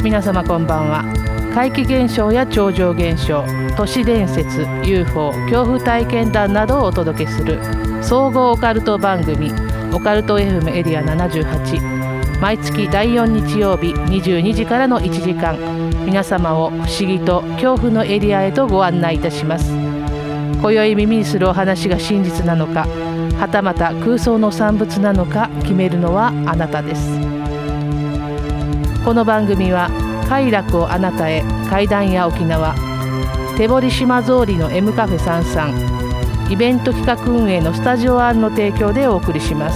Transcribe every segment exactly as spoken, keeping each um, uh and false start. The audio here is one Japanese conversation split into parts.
皆様こんばんは。怪奇現象や超常現象、都市伝説、 ユーフォー、 恐怖体験談などをお届けする総合オカルト番組オカルト エフエム エリアななじゅうはち、毎月だいよん日曜日にじゅうにじからのいちじかん、皆様を不思議と恐怖のエリアへとご案内いたします。今宵耳にするお話が真実なのか、はたまた空想の産物なのか決めるのはあなたです。この番組は快楽をあなたへ、怪談や沖縄、手堀島通りの M カフェさんさん、イベント企画運営のスタジオ R の提供でお送りします。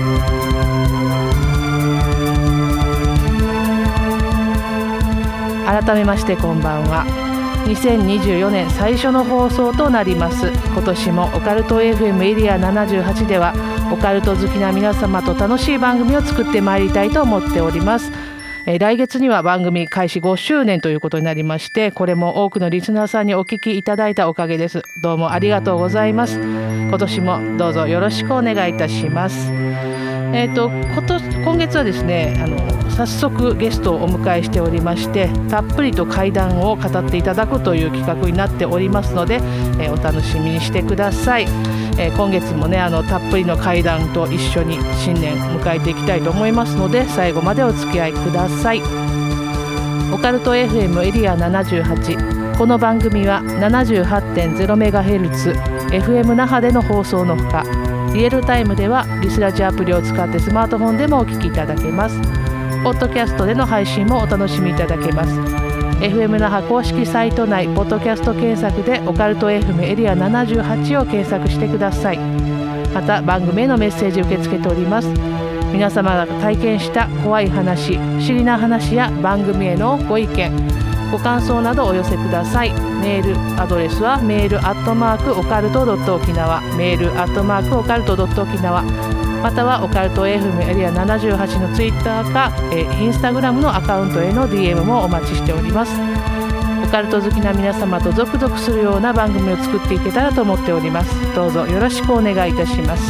改めましてこんばんは。にせんにじゅうよねん最初の放送となります。今年もオカルト エフエム エリアななじゅうはちではオカルト好きな皆様と楽しい番組を作ってまいりたいと思っております。えー、来月には番組開始ごしゅうねんということになりまして、これも多くのリスナーさんにお聞きいただいたおかげです。どうもありがとうございます。今年もどうぞよろしくお願いいたします。えーと、今年今月はですね、あの早速ゲストをお迎えしておりまして、たっぷりと怪談を語っていただくという企画になっておりますので、えー、お楽しみにしてください。えー、今月もね、あのたっぷりの怪談と一緒に新年迎えていきたいと思いますので、最後までお付き合いください。オカルト エフエム エリアななじゅうはち、この番組は ななじゅうはちてんゼロメガヘルツ エフエム 那覇での放送のほか、リアルタイムではリスラジアプリを使ってスマートフォンでもお聞きいただけます。ポッドキャストでの配信もお楽しみいただけます。 エフエム 那覇公式サイト内ポッドキャスト検索でオカルト エフエム エリアななじゅうはちを検索してください。また番組へのメッセージを受け付けております。皆様が体験した怖い話、不思議な話や番組へのご意見、ご感想などお寄せください。メールアドレスはメールアットマークオカルトドット沖縄、メールアットマークオカルトドット沖縄、またはオカルト エフエム エリアななじゅうはちのツイッターか、えー、インスタグラムのアカウントへの ディーエム もお待ちしております。オカルト好きな皆様とゾクゾクするような番組を作っていけたらと思っております。どうぞよろしくお願いいたします。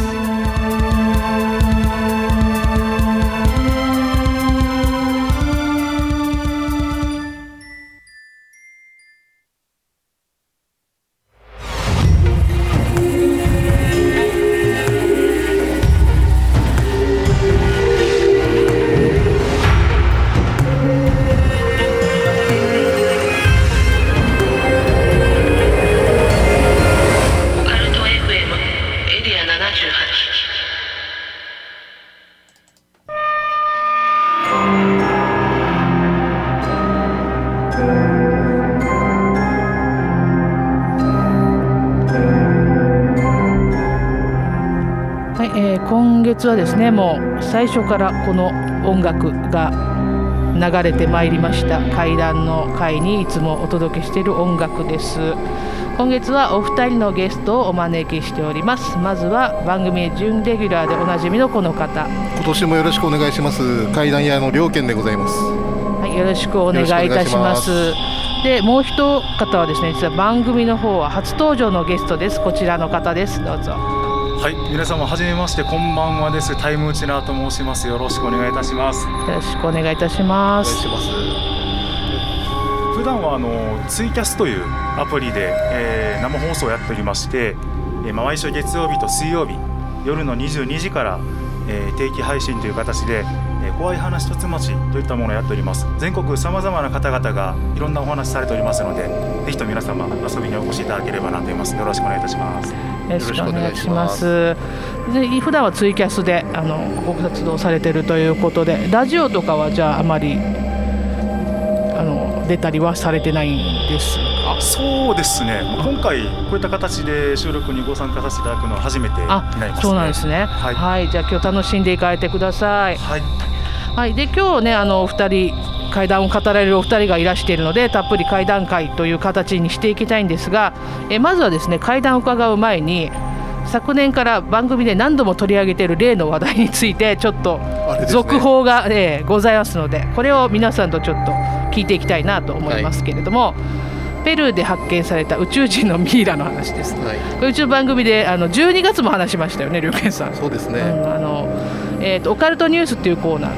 今月はですね、もう最初からこの音楽が流れてまいりました。怪談の会にいつもお届けしている音楽です。今月はお二人のゲストをお招きしております。まずは番組準レギュラーでおなじみのこの方、 今年もよろしくお願いします。怪談屋の良健でございます。 はい、よろしくお願いいたします。で、もう一方はですね、実は番組の方は初登場のゲストです。こちらの方です。どうぞ。 はい、皆様はじめまして、こんばんはです。タイムウチナーと申します。よろしくお願いいたします。 よろしくお願いいたします。 お願いします。 普段はあのツイキャスというアプリで、えー、生放送をやっておりまして、えー、毎週月曜日と水曜日夜のにじゅうにじから、えー、定期配信という形で、えー、怖い話とつまちといったものをやっております。全国さまざまな方々がいろんなお話されておりますので、ぜひと皆様遊びにお越しいただければなと思います。よろしくお願いいたします。 よろしくお願いします。で、普段はツイキャスであのご活動されているということで、ラジオとかはじゃああまりあの出たりはされてないんですか？ そうですね、今回こういった形で収録にご参加させていただくのは初めてになりますね。 そうなんですね。はい、はい、じゃあ今日楽しんでいかれてください。はい、はい、で今日ね、あのお二人怪談を語られるお二人がいらしているので、たっぷり怪談会という形にしていきたいんですが、えまずはですね、怪談を伺う前に昨年から番組で何度も取り上げている例の話題についてちょっと続報が、ねえー、ございますので、これを皆さんとちょっと聞いていきたいなと思いますけれども、はい、ペルーで発見された宇宙人のミイラの話です、はい、これうちの番組であのじゅうにがつも話しましたよね、りょうけんさん。 そうですね、 うん、あのえー、とオカルトニュースっていうコーナーが、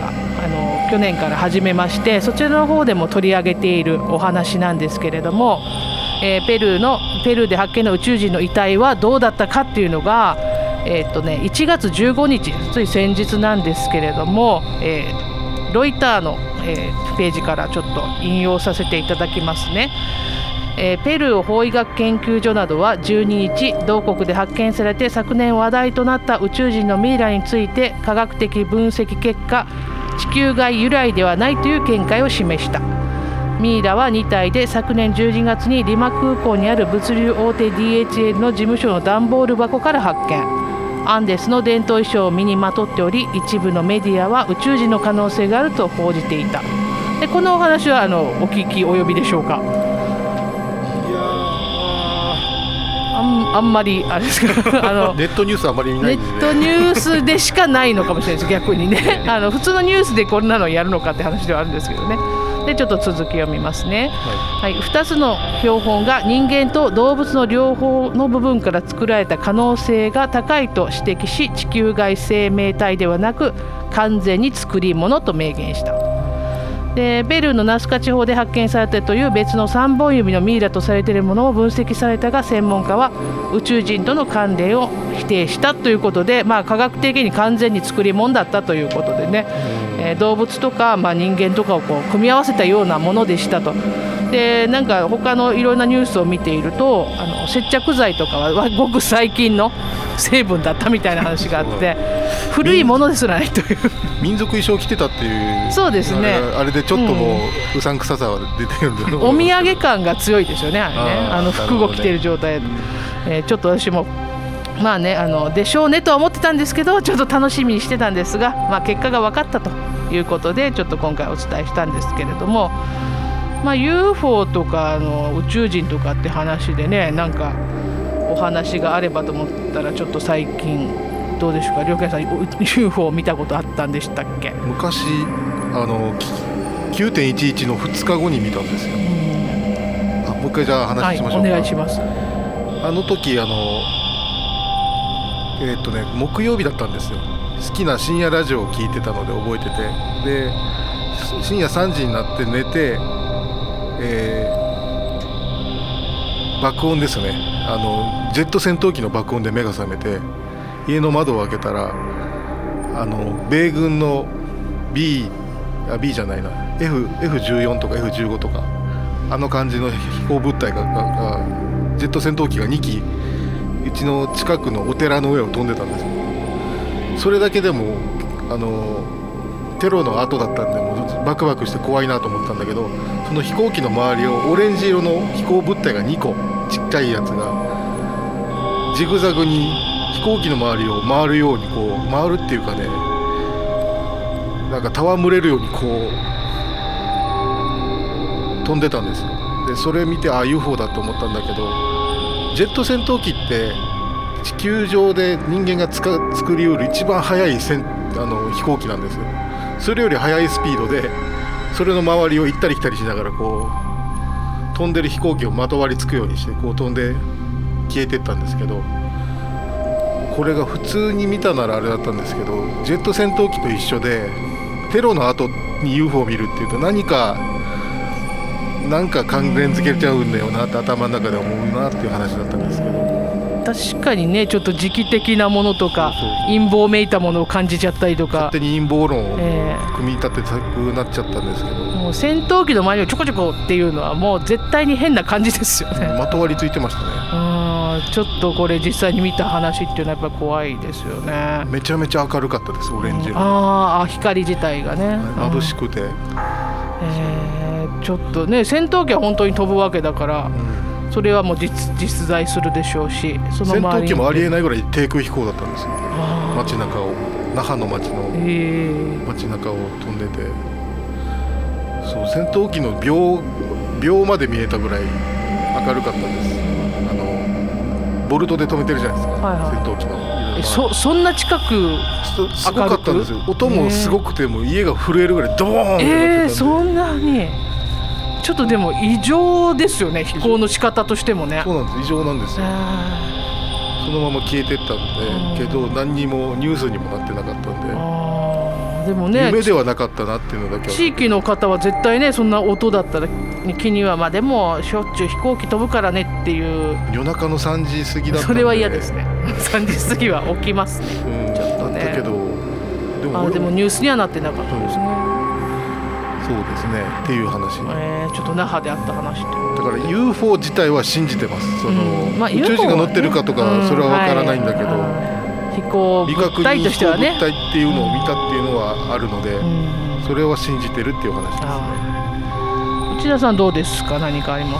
あの去年から始めまして、そちらの方でも取り上げているお話なんですけれども、えー、ペルーのペルーで発見の宇宙人の遺体はどうだったかっていうのが、えーっとね、いちがつじゅうごにち、つい先日なんですけれども、えー、ロイターの、えー、ページからちょっと引用させていただきますね。えー、ペルー法医学研究所などはじゅうににち、同国で発見されて昨年話題となった宇宙人のミイラについて科学的分析結果、地球外由来ではないという見解を示した。ミイラはにたいで、昨年じゅうにがつにリマ空港にある物流大手 ディーエイチエル の事務所の段ボール箱から発見。アンデスの伝統衣装を身にまとっており、一部のメディアは宇宙人の可能性があると報じていた。でこのお話はあのお聞き及びでしょうか。あ ん, あんまりあれですかあのネットニュースあんまり見ないんで、ね、 ネットニュースでしかないのかもしれないです逆にねあの普通のニュースでこんなのやるのかって話ではあるんですけどね。でちょっと続きを見ますね、はいはい、ふたつの標本が人間と動物の両方の部分から作られた可能性が高いと指摘し、地球外生命体ではなく完全に作り物と明言した。でペルーのナスカ地方で発見されたという別のさんぼん指のミイラとされているものも分析されたが、専門家は宇宙人との関連を否定したということで、まあ、科学的に完全に作り物だったということでね、えー、動物とか、まあ、人間とかをこう組み合わせたようなものでしたと。でなんか他のいろんなニュースを見ていると、あの接着剤とかはごく最近の成分だったみたいな話があって古いものですらないという民族衣装着てたっていう。 そうですね、 あれでちょっともううさんくささは出てるんで、 うん、お土産感が強いですよねあれね、あの服を着てる状態、ねえー、ちょっと私もまあねあのでしょうねとは思ってたんですけど、ちょっと楽しみにしてたんですが、まあ、結果が分かったということでちょっと今回お伝えしたんですけれども、まあ、ユーフォー とかあの宇宙人とかって話でね、なんかお話があればと思ったら、ちょっと最近どうでしょうか、りょうけんさん ユーフォー 見たことあったんでしたっけ。 昔あの きゅうてんいちいち のふつかごに見たんですよ。あもう一回じゃあ話しましょうか、 はい、お願いします。 あの時あのえーっとね木曜日だったんですよ。好きな深夜ラジオを聞いてたので覚えてて、で深夜さんじになって寝て、えー、爆音ですね、あのジェット戦闘機の爆音で目が覚めて、家の窓を開けたらあの米軍の B, あ B じゃないな F, エフじゅうよん とか エフじゅうご とかあの感じの飛行物体ががジェット戦闘機がにきうちの近くのお寺の上を飛んでたんですよ。それだけでもあのテロの後だったんでもうバクバクして怖いなと思ったんだけど、その飛行機の周りをオレンジ色の飛行物体がにこちっちゃいやつがジグザグに飛行機の周りを回るようにこう回るっていうかね、なんか戯れるようにこう飛んでたんですよ。でそれ見てあ ユーフォー だと思ったんだけど、ジェット戦闘機って地球上で人間がつか作りうる一番速い戦あの飛行機なんですよ。それより速いスピードでそれの周りを行ったり来たりしながらこう飛んでる飛行機をまとわりつくようにしてこう飛んで消えてったんですけど、これが普通に見たならあれだったんですけど、ジェット戦闘機と一緒でテロの後に ユーフォー を見るっていうと何かなんか関連付けちゃうんだよなって頭の中で思うなっていう話だったんですけど、 確かにねちょっと時期的なものとかそうそう陰謀めいたものを感じちゃったりとか、 勝手に陰謀論をえー組み立てたくなっちゃったんですけど、 もう戦闘機の周りをちょこちょこっていうのはもう絶対に変な感じですよね。 まとわりついてましたね。 うんちょっとこれ実際に見た話っていうのはやっぱ怖いですよね。 めちゃめちゃ明るかったです、オレンジ色、 ああ光自体がね、 眩しくて、 えー、ちょっとね戦闘機は本当に飛ぶわけだから、うん、それはもう 実, 実在するでしょうし、その周り戦闘機もありえないぐらい低空飛行だったんですよ。街中を那覇の街の街中を飛んでて、そう戦闘機の 秒, 秒まで見えたぐらい明るかったです。あのボルトで止めてるじゃないですか、はいはい、戦闘機のえ そ, そんな近くすごかったんですよ。音もすごくても家が震えるぐらいドーンってなってたんで、 えー、そんなにちょっとでも異常ですよね、飛行の仕方としてもね。 そうなんです、異常なんですよ。そのまま消えてったんで、けど何にもニュースにもなってなかったんで、 あでもね、 夢ではなかったなっていうのだけは。 地域の方は絶対ねそんな音だったら気には、まあでもしょっちゅう飛行機飛ぶからねっていう。 夜中のさんじ過ぎだったんで。 それは嫌ですねさんじ過ぎは起きますね、うん、ちょっとね。 だけどでも、あでもニュースにはなってなかったですね。 そうですねっていう話、 えー、ちょっと那覇であった話っていうだから ユーフォー 自体は信じてます。その、 うんまあ、 宇宙人が乗ってるかとか、ね、それは分からないんだけど、 うんはい、飛行物体としてはね未確認飛行物体っていうのを見たっていうのはあるので、うん、それは信じてるっていう話ですね。 内田さんどうですか、何かあります？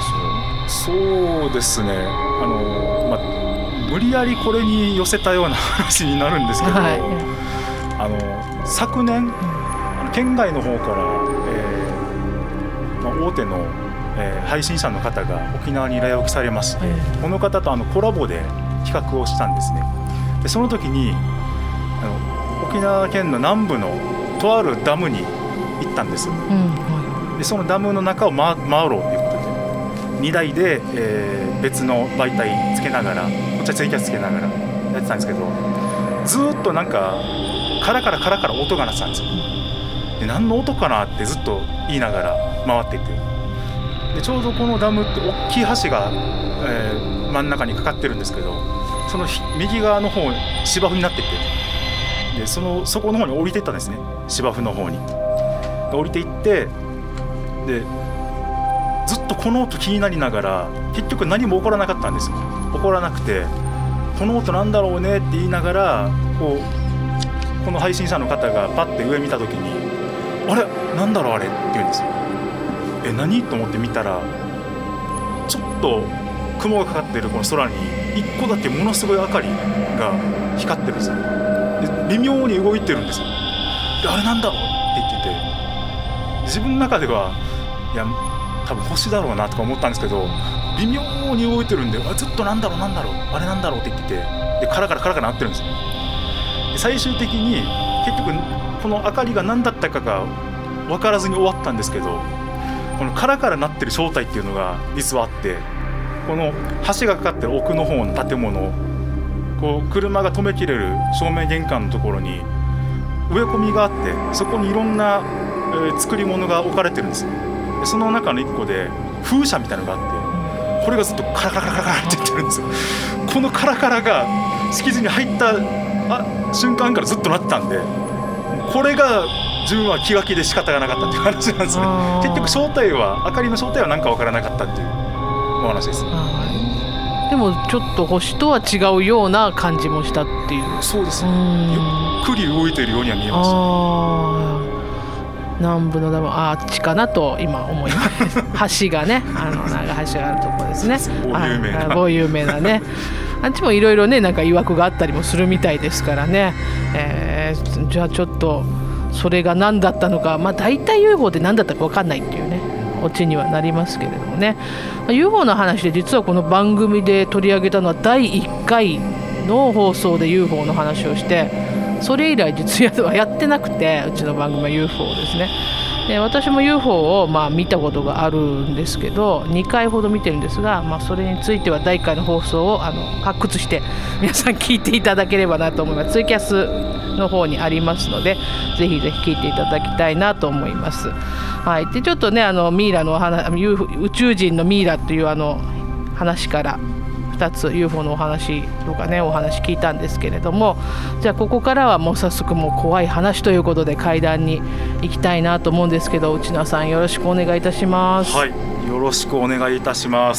そうですね、あの、まあ、無理やりこれに寄せたような話になるんですけど、はい、あの昨年県外の方から、えーまあ、大手の、えー、配信者の方が沖縄に来沖されまして、この方とあのコラボで企画をしたんですね。でその時にあの沖縄県の南部のとあるダムに行ったんです、うんはい、でそのダムの中を回、回ろうということでにだいで、えー、別の媒体つけながら、こっちはツイキャスつけながらやってたんですけど、ずっとなんかカラカラカラカラ音が鳴ってたんですよ。で何の音かなってずっと言いながら回っていて、でちょうどこのダムって大きい橋が、えー、真ん中にかかってるんですけど、その右側の方芝生になってて、でそのそこの方に降りていったんですね、芝生の方に。で降りていってでずっとこの音気になりながら、結局何も起こらなかったんですよ。起こらなくて、この音なんだろうねって言いながら、こうこの配信者の方がパッて上見た時に、あれなんだろうあれって言うんですよ。え何と思って見たら、ちょっと雲がかかってるこの空にいっこだけものすごい明かりが光ってるんですよ。で微妙に動いてるんですよ。であれなんだろうって言ってて、自分の中ではいや多分星だろうなとか思ったんですけど、微妙に動いてるんで、あずっとなんだろうなんだろうあれなんだろうって言ってて、でカラカラカラカラなってるんですよ。で最終的に結局この明かりが何だったかが分からずに終わったんですけど、このカラカラなってる正体っていうのが実はあって、この橋がかかってる奥の方の建物、こう車が止めきれる正面玄関のところに植え込みがあって、そこにいろんな、えー、作り物が置かれてるんです。でその中の一個で風車みたいなのがあって、これがずっとカラカラカラカラって言ってるんですよ。このカラカラが敷地に入ったあ瞬間からずっとなってたんで、これが自分は気が気で仕方がなかったっていう話なんですね。結局正体は明かりの正体は何か分からなかったっていうお話です。 でもちょっと星とは違うような感じもしたっていう。 そうですね、ゆっくり動いているようには見えました。 あ南部のダムあっちかなと今思います橋がね、あの長橋があるところですね。 某有名な某有名なねあっちもいろいろねなんか曰くがあったりもするみたいですからね、えー、じゃあちょっとそれが何だったのか、まあ大体 ユーフォー って何だったか分かんないっていうねオチにはなりますけれどもね。 ユーフォー の話で実はこの番組で取り上げたのはだいいっかいの放送で ユーフォー の話をして、それ以来実はやってなくて、うちの番組は ユーフォー ですね。で私も ユーフォー をまあ見たことがあるんですけど、にかいほど見てるんですが、まあ、それについてはだいいっかいの放送をあの発掘して皆さん聞いていただければなと思います。ツイキャスの方にありますので、ぜひぜひ聞いていただきたいなと思います。はい、でちょっとねあのミイラの話、宇宙人のミイラというあの話からふたつ ユーフォー のお話とかねお話聞いたんですけれども、じゃあここからはもう早速もう怖い話ということで怪談に行きたいなと思うんですけど、内名さんよろしくお願いいたします。 はい、よろしくお願いいたします。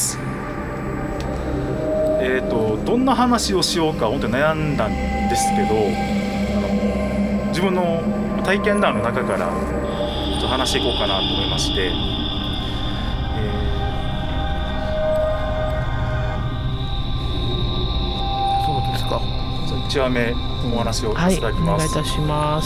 えーとどんな話をしようか本当に悩んだんですけど、あの自分の体験談の中からちょっと話していこうかなと思いまして、いちわめお話をさせていただきます。 はい、お願いいたします。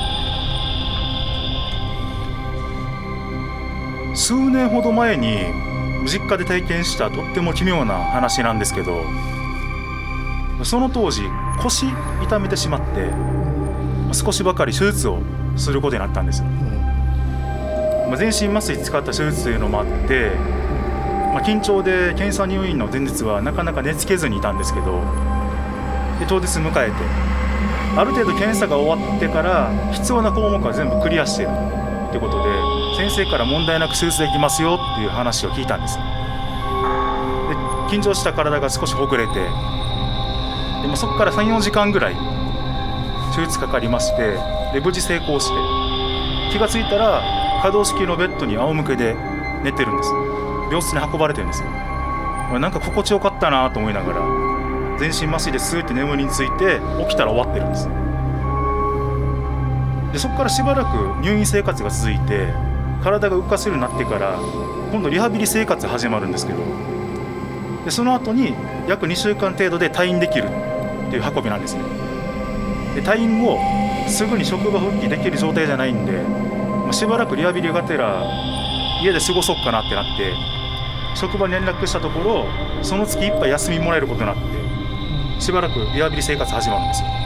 数年ほど前に実家で体験したとっても奇妙な話なんですけど、その当時腰痛めてしまって少しばかり手術をすることになったんですよ。まあ、全身麻酔使った手術というのもあって、まあ、緊張で検査入院の前日はなかなか寝つけずにいたんですけど、で当日迎えてある程度検査が終わってから必要な項目は全部クリアしているということで、先生から問題なく手術できますよっていう話を聞いたんです。で緊張した体が少しほぐれて、でもそこから さんよじかんぐらい手術かかりまして、で無事成功して、気がついたら可動式のベッドに仰向けで寝てるんです。病室に運ばれてるんですよ。なんか心地よかったなと思いながら全身麻酔でスーッて眠りについて起きたら終わってるんです。でそこからしばらく入院生活が続いて、体が動かせるようになってから今度リハビリ生活始まるんですけど、でその後に約にしゅうかん程度で退院できるっていう運びなんですね。で退院後すぐに職場復帰できる状態じゃないんで、まあ、しばらくリハビリがてら家で過ごそうかなってなって職場に連絡したところ、その月いっぱい休みもらえることになって、しばらくリハビリ生活始まるんですよ。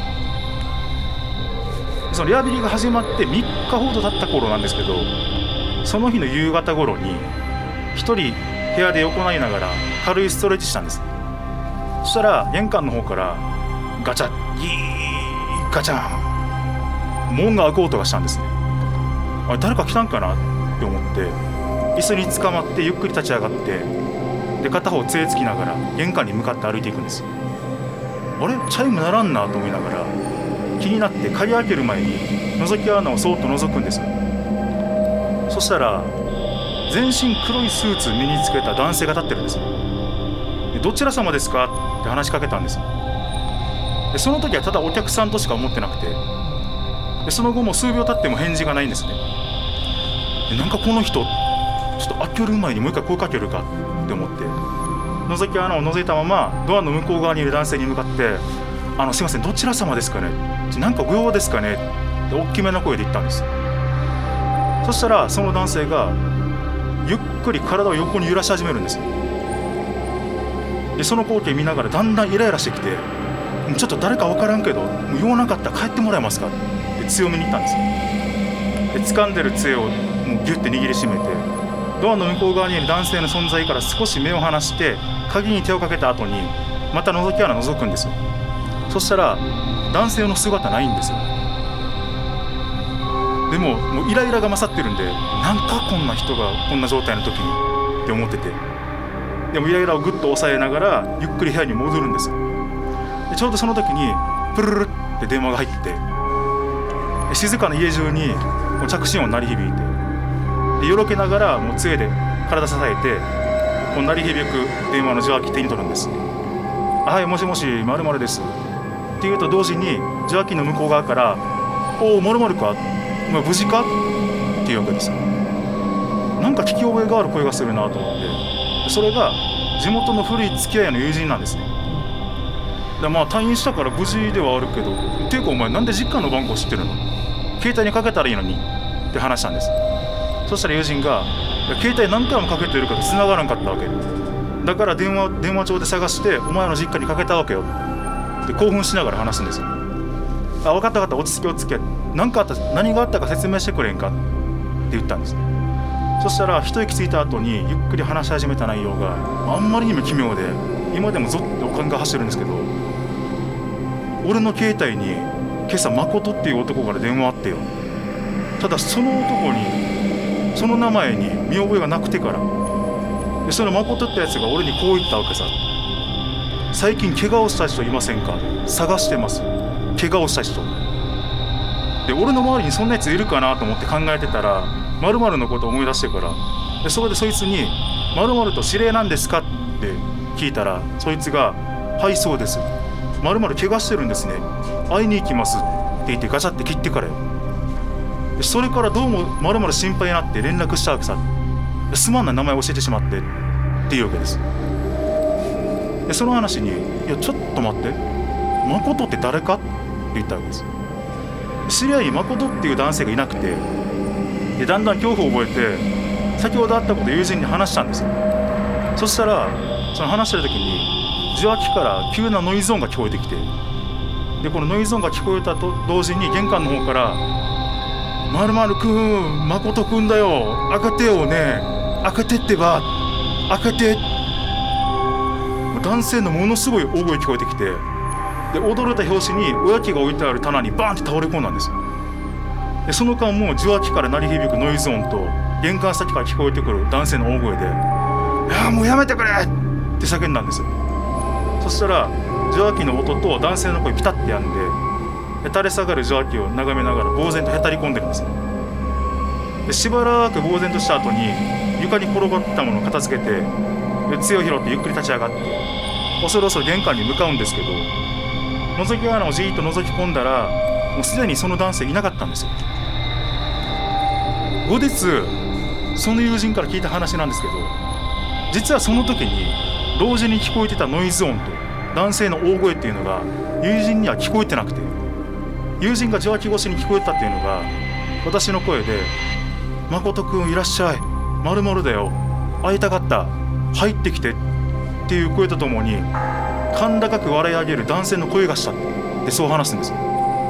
そのリハビリが始まってみっかほど経った頃なんですけど、その日の夕方頃に一人部屋で横になりながら軽いストレッチしたんです。そしたら玄関の方からガチャギーガチャン門が開く音がしたんですね。あれ誰か来たんかなって思って椅子につかまってゆっくり立ち上がって、で片方杖つきながら玄関に向かって歩いていくんです。あれチャイム鳴らんなと思いながら気になって鍵開ける前に覗き穴をそーっと覗くんですよ。そしたら全身黒いスーツ身につけた男性が立ってるんです。でどちら様ですかって話しかけたんです。でその時はただお客さんとしか思ってなくて、でその後も数秒経っても返事がないんですね。でなんかこの人ちょっと開ける前にもう一回声かけるかって思って覗き穴を覗いたままドアの向こう側にいる男性に向かって「あのすいませんどちら様ですかね、なんかご用ですかね」って大きめな声で言ったんです。そしたらその男性がゆっくり体を横に揺らし始めるんです。でその光景見ながらだんだんイライラしてきて「ちょっと誰か分からんけどもう用なかったら帰ってもらえますか」って強めに言ったんです。で掴んでる杖をもうギュッて握りしめてドアの向こう側にいる男性の存在から少し目を離して鍵に手をかけた後にまた覗き穴覗くんですよ。そしたら男性の姿ないんですよ。でももうイライラが勝ってるんで、なんかこんな人がこんな状態の時にって思ってて、でもイライラをぐっと抑えながらゆっくり部屋に戻るんですよ。でちょうどその時にプルルルって電話が入って、静かな家中に着信音鳴り響いて、でよろけながらもう杖で体支えてこう鳴り響く電話の受話器手に取るんです。はい、もしもし〇〇ですって言うと同時に受話器の向こう側からおお〇〇かお前無事かっていうわけです。なんか聞き覚えがある声がするなと思って、それが地元の古い付き合いの友人なんですね。でまあ退院したから無事ではあるけど、ていうかお前なんで実家の番号知ってるの、携帯にかけたらいいのにって話したんです。そしたら友人が携帯何回もかけてるから繋がらんかったわけだから電話電話帳で探してお前の実家にかけたわけよって興奮しながら話すんですよ。あ、分かった分かった、落ち着け落ち着け、何かあった何があったか説明してくれんかって言ったんです。そしたら一息ついた後にゆっくり話し始めた内容があんまりにも奇妙で、今でもゾッとおかんが走るんですけど、俺の携帯に今朝誠っていう男から電話あってよ、ただその男にその名前に見覚えがなくてから、でその誠ってやつが俺にこう言ったわけさ。最近怪我をした人いませんか、探してます、怪我をした人で、俺の周りにそんなやついるかなと思って考えてたら〇〇のことを思い出してから、でそこでそいつに〇〇と指令なんですかって聞いたら、そいつがはいそうです、〇〇怪我してるんですね、会いに行きますって言ってガチャって切ってからよ。それからどうも〇〇心配になって連絡したわけさ。すまんな名前教えてしまってっていうわけです。でその話にいやちょっと待って、誠って誰かって言ったわけです。知り合いに誠っていう男性がいなくて、でだんだん恐怖を覚えて先ほど会ったことを友人に話したんですよ。そしたらその話してる時に受話器から急なノイズ音が聞こえてきて、でこのノイズ音が聞こえたと同時に玄関の方から〇〇くん、誠くんだよ、開けてよね、開けてってば、開けて。男性のものすごい大声聞こえてきて、でで驚いた拍子におやきが置いてある棚にバーンって倒れ込んだんですよ。でその間も受話器から鳴り響くノイズ音と玄関先から聞こえてくる男性の大声で「いやもうやめてくれ!」って叫んだんですよ。そしたら受話器の音と男性の声ピタッてやんで、垂れ下がる受話器を眺めながら呆然とへたり込んでるんですよ。でしばらく呆然とした後に床に転がったものを片付けて杖を拾ってゆっくり立ち上がって恐る恐る玄関に向かうんですけど、覗き穴をじーっと覗き込んだらもうすでにその男性いなかったんですよ。後日その友人から聞いた話なんですけど、実はその時に同時に聞こえてたノイズ音と男性の大声っていうのが友人には聞こえてなくて、友人が受話器越しに聞こえたっていうのが私の声で「誠くんいらっしゃい、〇〇だよ、会いたかった、入ってきて」っていう声とともに甲高く笑い上げる男性の声がしたってそう話すんですよ。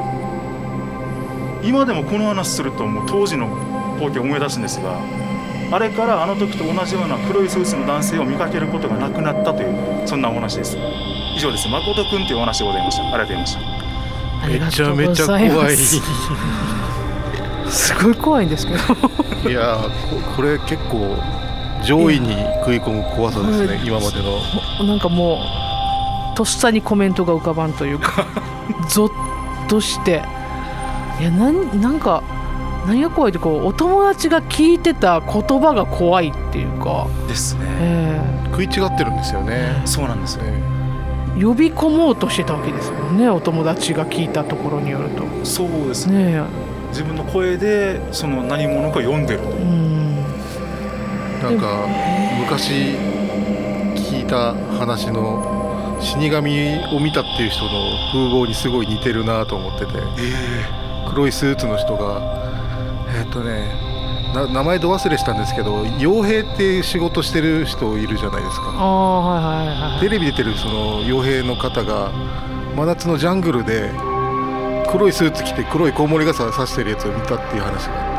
今でもこの話するともう当時の光景を思い出すんですが、あれからあの時と同じような黒いスーツの男性を見かけることがなくなったというそんなお話です。以上です。誠くんというお話でございました。ありがとうございました。 めちゃめちゃ怖いすごい怖いんですけどいや こ, これ結構上位に食い込む怖さですね、今までの。 なんかもうとっさにコメントが浮かばんというかゾッとして、いや な, なんか何が怖いってこうお友達が聞いてた言葉が怖いっていうかですね、 えー、 食い違ってるんですよね。 そうなんですよね。 呼び込もうとしてたわけですもんね、お友達が聞いたところによると。 そうですね、 ね自分の声でその何者か読んでると。うんなんか昔聞いた話の死神を見たっていう人の風貌にすごい似てるなと思ってて、えー、黒いスーツの人がえーっとねな名前ど忘れしたんですけど、傭兵っていう仕事してる人いるじゃないですか。 あ、はいはいはい、 テレビ出てるその傭兵の方が真夏のジャングルで黒いスーツ着て黒いコウモリ傘差してるやつを見たっていう話があって、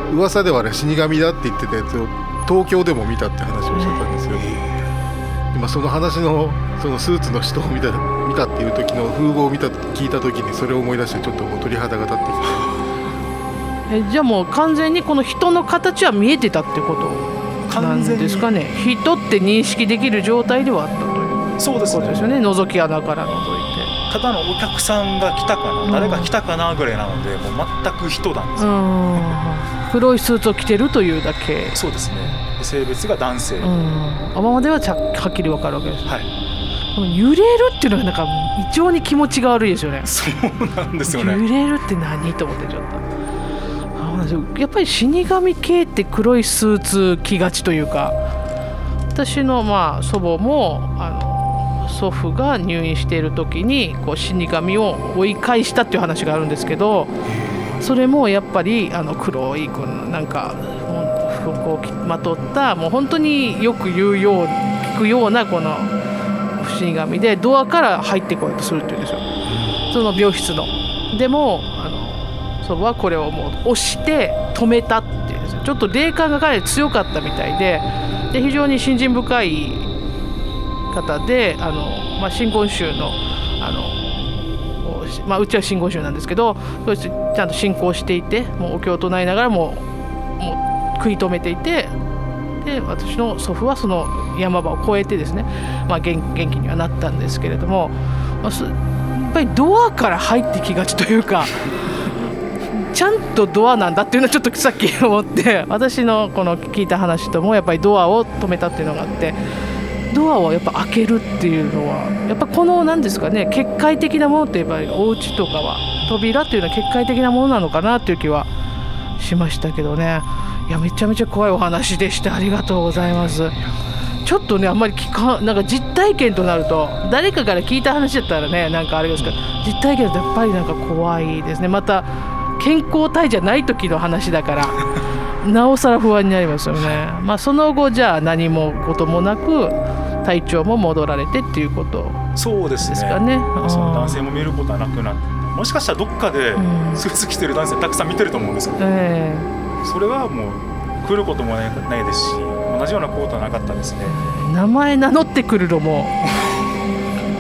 噂ではね死神だって言ってたやつを東京でも見たって話をしてたんですよ。今その話のそのスーツの人を見た見たっていう時の風貌を見た聞いた時にそれを思い出してちょっともう鳥肌が立ってきて。 えじゃあもう完全にこの人の形は見えてたってことなんですかね。人って認識できる状態ではあったというそうですね、 ことですよね。覗き穴から覗いてただのお客さんが来たかな、うん、誰が来たかなぐらいなのでもう全く人なんですよ。うん黒いスーツを着てるというだけ。 そうですね。性別が男性。うんあままではちゃはっきり分かるわけです。 はい。 この揺れるっていうのがなんか異常に気持ちが悪いですよね。 そうなんですよね。 揺れるって何と思ってちょっと。やっぱり死神系って黒いスーツ着がちというか、私のまあ祖母もあの祖父が入院している時にこう死神を追い返したっていう話があるんですけど、それもやっぱりあの黒いこのなんか服をまとったもう本当によく言うよう聞くようなこの死神でドアから入ってこようとするっていうんですよ、その病室の。でもあの祖母はこれをもう押して止めたっていうんですよ。ちょっと霊感がかなり強かったみたいで、で非常に信心深い方で、あの、まあ、真言宗の、あの、まあ、うちは真言宗なんですけど、ちゃんと信仰していて、もうお経を唱えながらももう食い止めていて、で私の祖父はその山場を越えてですね、まあ、元, 元気にはなったんですけれども、まあ、やっぱりドアから入ってきがちというかちゃんとドアなんだっていうのはちょっとさっき思って、私のこの聞いた話ともやっぱりドアを止めたっていうのがあって、ドアをやっぱ開けるっていうのはやっぱこの何ですかね、結界的なものってやっぱりお家とかは扉っていうのは結界的なものなのかなっていう気はしましたけどね。いやめちゃめちゃ怖いお話でした。ありがとうございます。ちょっとねあんまり聞かなんか実体験となると、誰かから聞いた話だったらねなんかあれですけど、実体験だとやっぱりなんか怖いですね。また健康体じゃない時の話だからなおさら不安になりますよね。まあその後じゃあ何もこともなく体調も戻られてっていうことそうですですかね。 その男性も見ることはなくなって、もしかしたらどっかでスーツ着てる男性たくさん見てると思うんですけど、えー、それはもう来ることもないですし、同じようなことはなかったですね。 名前名乗ってくるのも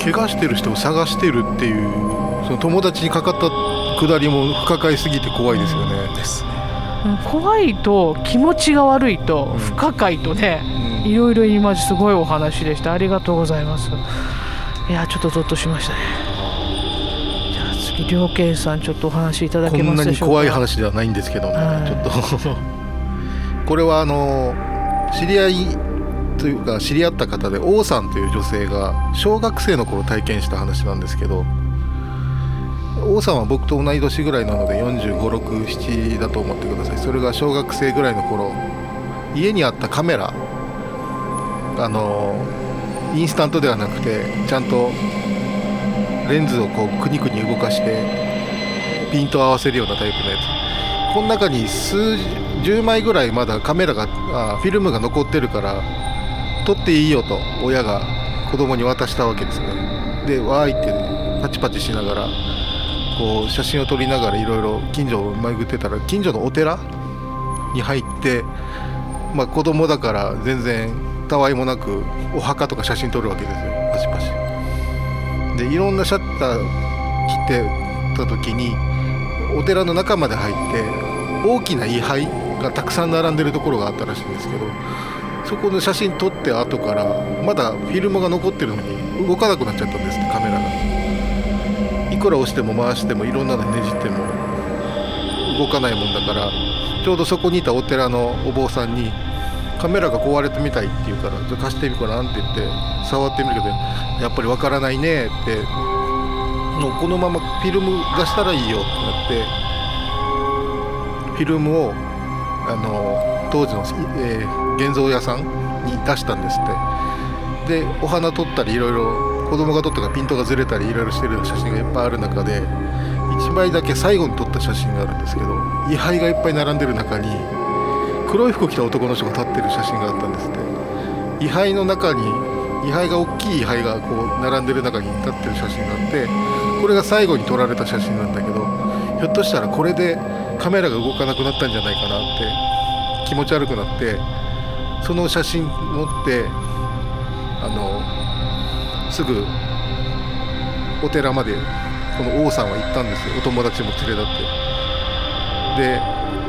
怪我してる人を探してるっていうその友達にかかった下りも不可解すぎて怖いですよね、 うん、ですね。 怖いと気持ちが悪いと不可解とね、いろいろ言いましてすごいお話でした。ありがとうございます。いやちょっとゾッとしましたね。じゃあ次良健さんちょっとお話いただけますでしょうか。 こんなに怖い話ではないんですけどね、 はい、 ちょっとこれはあの知り合いというか知り合った方で王さんという女性が小学生の頃体験した話なんですけど、王さんは僕と同い年ぐらいなのでよんじゅうご、ろく、ななだと思ってください。それが小学生ぐらいの頃、家にあったカメラ、あのインスタントではなくてちゃんとレンズをこうくにくに動かしてピントを合わせるようなタイプのやつ、この中に数十枚ぐらいまだカメラがあフィルムが残ってるから撮っていいよと親が子供に渡したわけですね。でわーいってパチパチしながらこう写真を撮りながらいろいろ近所を巡ってたら、近所のお寺に入って、まあ、子供だから全然たわいもなくお墓とか写真撮るわけですよ、パチパチで。いろんなシャッター切ってた時にお寺の中まで入って大きな位牌がたくさん並んでるところがあったらしいんですけど、そこの写真撮って後からまだフィルムが残ってるのに動かなくなっちゃったんですって、カメラが。いくら押しても回してもいろんなのねじっても動かないもんだから、ちょうどそこにいたお寺のお坊さんにカメラが壊れてみたいって言うから、じゃあ貸してみるからんって言って触ってみるけど、やっぱりわからないねって、もうこのままフィルム出したらいいよってなってフィルムをあの当時の、えー、現像屋さんに出したんですって。でお花撮ったりいろいろ子供が撮ったからピントがずれたりいろいろしてる写真がいっぱいある中で、いちまいだけ最後に撮った写真があるんですけど、位牌がいっぱい並んでる中に黒い服着た男の人が立ってる写真があったんですって。位牌の中に位牌が大きい位牌がこう並んでる中に立ってる写真があって、これが最後に撮られた写真なんだけど、ひょっとしたらこれでカメラが動かなくなったんじゃないかなって気持ち悪くなって、その写真持ってあのすぐお寺までこの王さんは行ったんですよ。お友達も連れ立ってで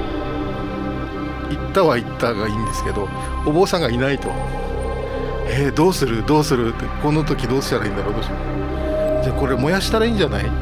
行ったは行ったがいいんですけど、お坊さんがいないと。えー、どうするどうするって、この時どうしたらいいんだろう、どうしよう、じゃあこれ燃やしたらいいんじゃないってなって、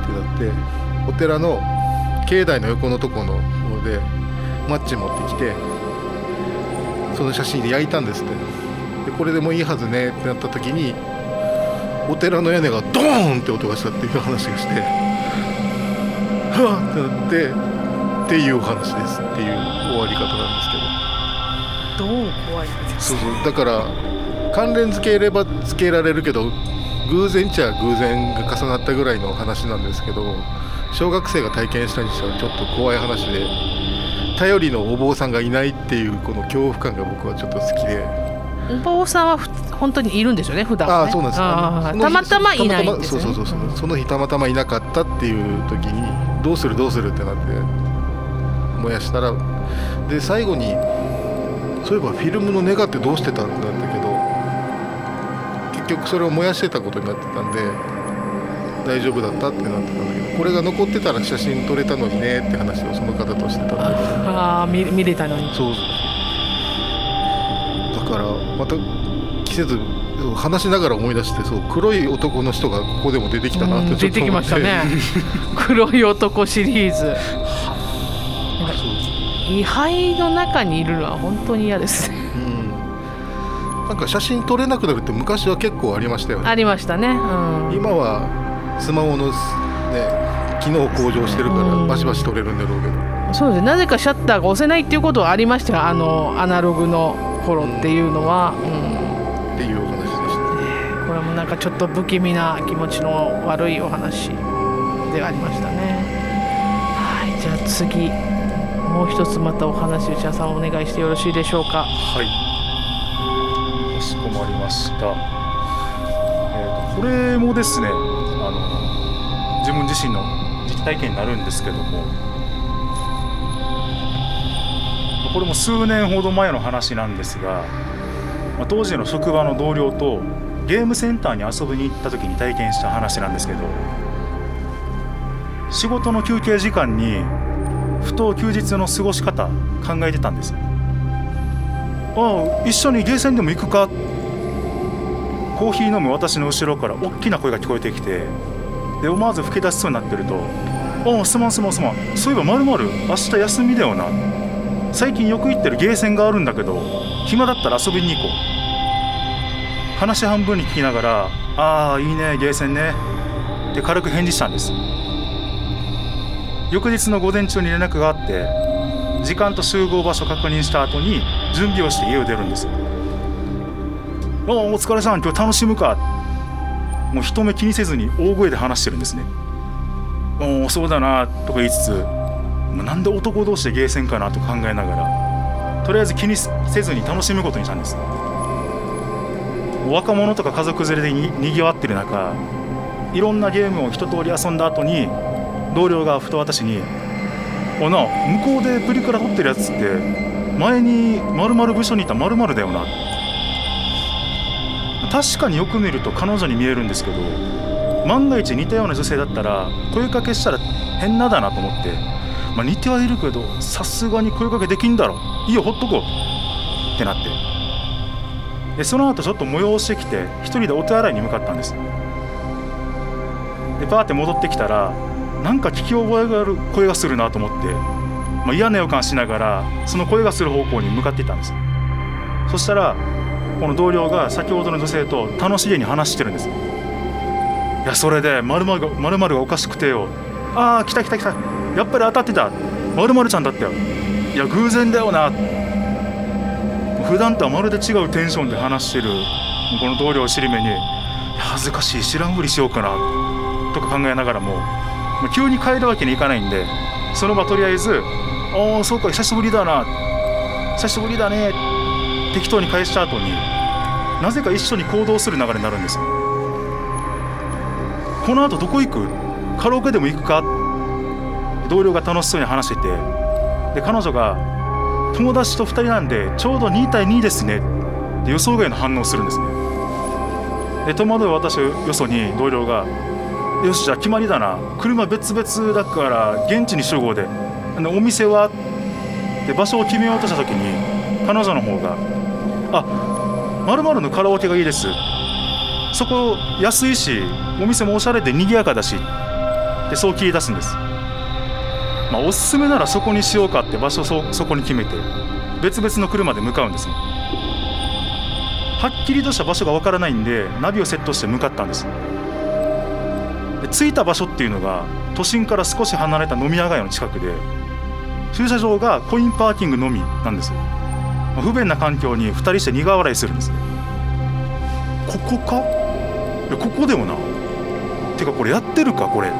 お寺の境内の横のところの方でマッチ持ってきてその写真で焼いたんですって。でこれでもいいはずねってなった時にお寺の屋根がドーンって音がしたっていう話がして、はぁってなってっていうお話ですっていう終わり方なんですけど、 どう怖いんですか。 そうそう、だから関連付ければ付けられるけど偶然っちゃ偶然が重なったぐらいの話なんですけど、小学生が体験したにしてはちょっと怖い話で、頼りのお坊さんがいないっていうこの恐怖感が僕はちょっと好きで。 お坊さんは本当にいるんですよね、普段はね。 ああ、そうなんです。あたまたまいないんですね。 そうそうそう、うん、その日たまたまいなかったっていう時にどうするどうするってなって燃やしたら、で最後にそういえばフィルムのネガってどうしてたんだったけど、結局それを燃やしてたことになってたんで大丈夫だったってなってたんだけど、これが残ってたら写真撮れたのにねって話をその方としてたんだけど、 ああ 見, 見れたのに。 そうだからまた季節話しながら思い出して、そう黒い男の人がここでも出てきたなってちょっと思って、 出てきましたね黒い男シリーズ。位牌の中にいるのは本当に嫌ですね、 うん、なんか写真撮れなくなるって昔は結構ありましたよね。 ありましたね、うん、 今はスマホの、ね、機能向上してるからバシバシ撮れるんだろうけど、 うん、そうですね。なぜかシャッターが押せないっていうことはありましたよ、あのアナログの頃っていうのは、うんうん、っていうお話でした、ね、 これもなんかちょっと不気味な気持ちの悪いお話でありましたね。はい、じゃあ次もう一つまたお話内田さんお願いしてよろしいでしょうか。 はい、かしこまりました。えーと、これもですね、あの自分自身の実体験になるんですけども、これも数年ほど前の話なんですが、まあ、当時の職場の同僚とゲームセンターに遊びに行った時に体験した話なんですけど、仕事の休憩時間にふと休日の過ごし方考えてたんです。ああ、一緒にゲーセンでも行くか。コーヒー飲む私の後ろから大きな声が聞こえてきて、で思わず吹き出しそうになってると、ああ、すまんすまんすまん、そういえばまるまる明日休みだよな、最近よく行ってるゲーセンがあるんだけど暇だったら遊びに行こう。話半分に聞きながら、ああいいねゲーセンねって軽く返事したんです。翌日の午前中に連絡があって、時間と集合場所確認した後に準備をして家を出るんです。おお疲れさん、今日楽しむか。もう人目気にせずに大声で話してるんですね。おおそうだなとか言いつつ、もうなんで男同士でゲーセンかなと考えながら、とりあえず気にせずに楽しむことにしたんです。若者とか家族連れでににぎわってる中、いろんなゲームを一通り遊んだ後に同僚がふと私に、おな、向こうでプリクラ撮ってるやつって前に〇〇部署にいた〇〇だよな。確かによく見ると彼女に見えるんですけど、万が一似たような女性だったら声かけしたら変なだなと思って、まあ、似てはいるけどさすがに声かけできんだろ、いいよほっとこうってなって、でその後ちょっと催してきて一人でお手洗いに向かったんです。でパーって戻ってきたら、なんか聞き覚えがある声がするなと思って、まあ、嫌な予感しながらその声がする方向に向かっていったんです。そしたらこの同僚が先ほどの女性と楽しげに話してるんです。いやそれで〇〇が〇〇がおかしくてよ、ああ来た来た来た、やっぱり当たってた、〇〇ちゃんだったよ、いや偶然だよな。普段とはまるで違うテンションで話してるこの同僚を尻目に、恥ずかしい、知らんふりしようかなとか考えながらも、急に帰るわけにいかないんで、その場とりあえず、ああそうか久しぶりだな、久しぶりだね適当に返した後に、なぜか一緒に行動する流れになるんです。この後どこ行く？カラオケでも行くか？同僚が楽しそうに話してて、で彼女が友達とふたりなんでちょうどにたいにですねって予想外の反応をするんですね。で戸惑う私よそに同僚が、よしじゃあ決まりだな、車別々だから現地に集合で、でお店はで場所を決めようとした時に彼女の方が、あ、〇〇のカラオケがいいです、そこ安いしお店もおしゃれで賑やかだしでそう切り出すんです。まあ、おすすめならそこにしようかって場所を そ, そこに決めて別々の車で向かうんですね。はっきりとした場所がわからないんでナビをセットして向かったんです。で着いた場所っていうのが都心から少し離れた飲み屋街の近くで、駐車場がコインパーキングのみなんです。まあ、不便な環境にふたりして苦笑いするんですね。ここか？いやここでもな、てかこれやってるかこれ。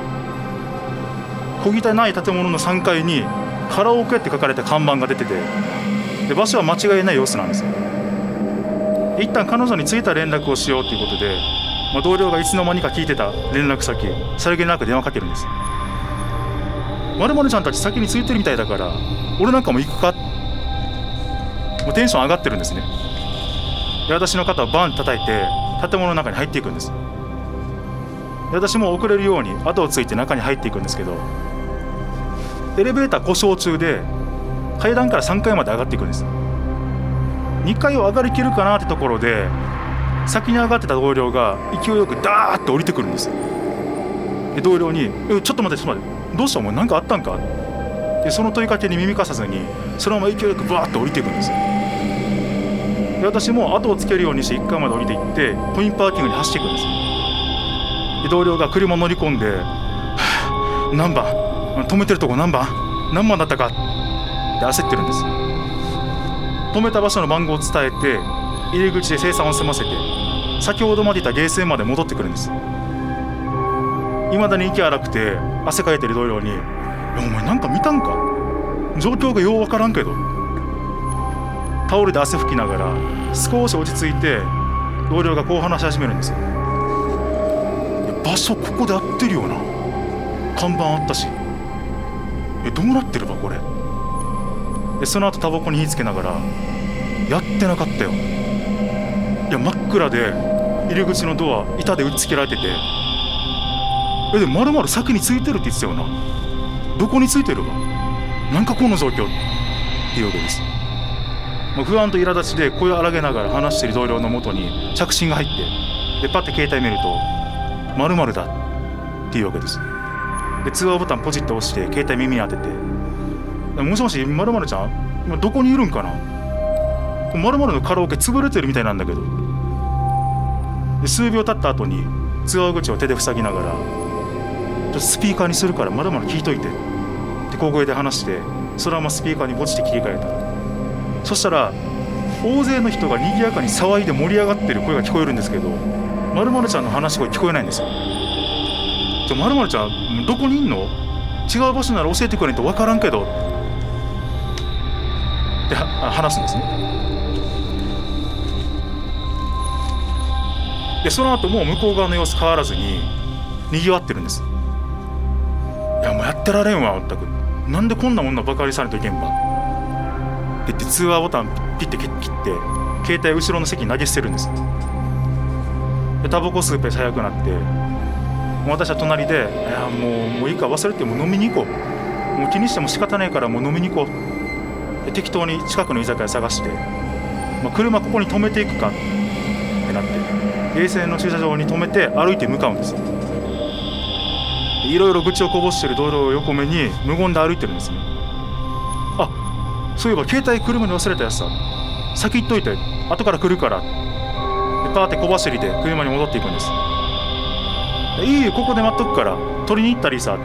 小汚い建物のさんがいにカラオケって書かれた看板が出てて、で場所は間違いない様子なんですよ。一旦彼女に着いた連絡をしようということで、まあ、同僚がいつの間にか聞いてた連絡先さりげなく電話かけるんです。〇〇ちゃんたち先に着いてるみたいだから俺なんかも行くか。もうテンション上がってるんですね。で私の肩をバン叩いて建物の中に入っていくんです。で私も遅れるように後をついて中に入っていくんですけど、エレベーター故障中で階段からさんがいまで上がっていくんです。にかいを上がりきるかなってところで先に上がってた同僚が勢いよくダーッと降りてくるんです。で同僚にえちょっと待ってちょっと待ってどうしたお前何かあったんか。でその問いかけに耳かさずにそのまま勢いよくバーッと降りていくんです。で私も後をつけるようにしていっかいまで降りていってコインパーキングに走っていくんです。で同僚が車乗り込んで、はあ、何番止めてるとこ何番何番だったかって焦ってるんです。止めた場所の番号を伝えて入り口で精算を済ませて先ほどまでいたゲーセンまで戻ってくるんです。いまだに息荒くて汗かいてる同僚に、お前なんか見たんか、状況がようわからんけど。タオルで汗拭きながら少し落ち着いて同僚がこう話し始めるんですよ。場所ここで合ってるよな、看板あったし、えどうなってるばこれ。でその後タバコに火つけながら、やってなかったよ、いや真っ暗で入り口のドア板で打ち付けられてて、えでも丸々先についてるって言ってたよな。どこについてるか、なんかこの状況っていうわけです。もう不安と苛立ちで声を荒げながら話している同僚のもとに着信が入って、でパッて携帯見ると〇〇だっていうわけです。で通話ボタンポチッと押して携帯耳に当てて、もしもし〇〇ちゃん今どこにいるんかな、〇〇のカラオケ潰れてるみたいなんだけど。で数秒経った後に通話口を手で塞ぎながら、ちょっとスピーカーにするから〇〇聞いといてって小声で話して、そのままスピーカーにポチって切り替えた。そしたら大勢の人が賑やかに騒いで盛り上がってる声が聞こえるんですけど、〇〇ちゃんの話し声聞こえないんですよ。じゃ〇〇ちゃんどこにいんの、違う場所なら教えてくれんと分からんけどって話すんですね。でその後も向こう側の様子変わらずに賑わってるんです。いやもうやってられんわ、全くなんでこんな女ばかりされといけんばって言って通話ボタンピッて切って携帯後ろの席に投げ捨てるんです。でタバコ吸うペ早くなって、もう私は隣で「いやもうもういいか忘れてもう飲みに行こう、もう気にしても仕方ないからもう飲みに行こう」で適当に近くの居酒屋探して、まあ、車ここに止めていくかってなってゲーセンの駐車場に止めて歩いて向かうんです。いろいろ愚痴をこぼしてる道路を横目に無言で歩いてるんですね。あ、そういえば携帯車に忘れたやつさ、先行っといて後から来るからでパーって小走りで車に戻っていくんです。いいよここで待っとくから取りに行ったりさ。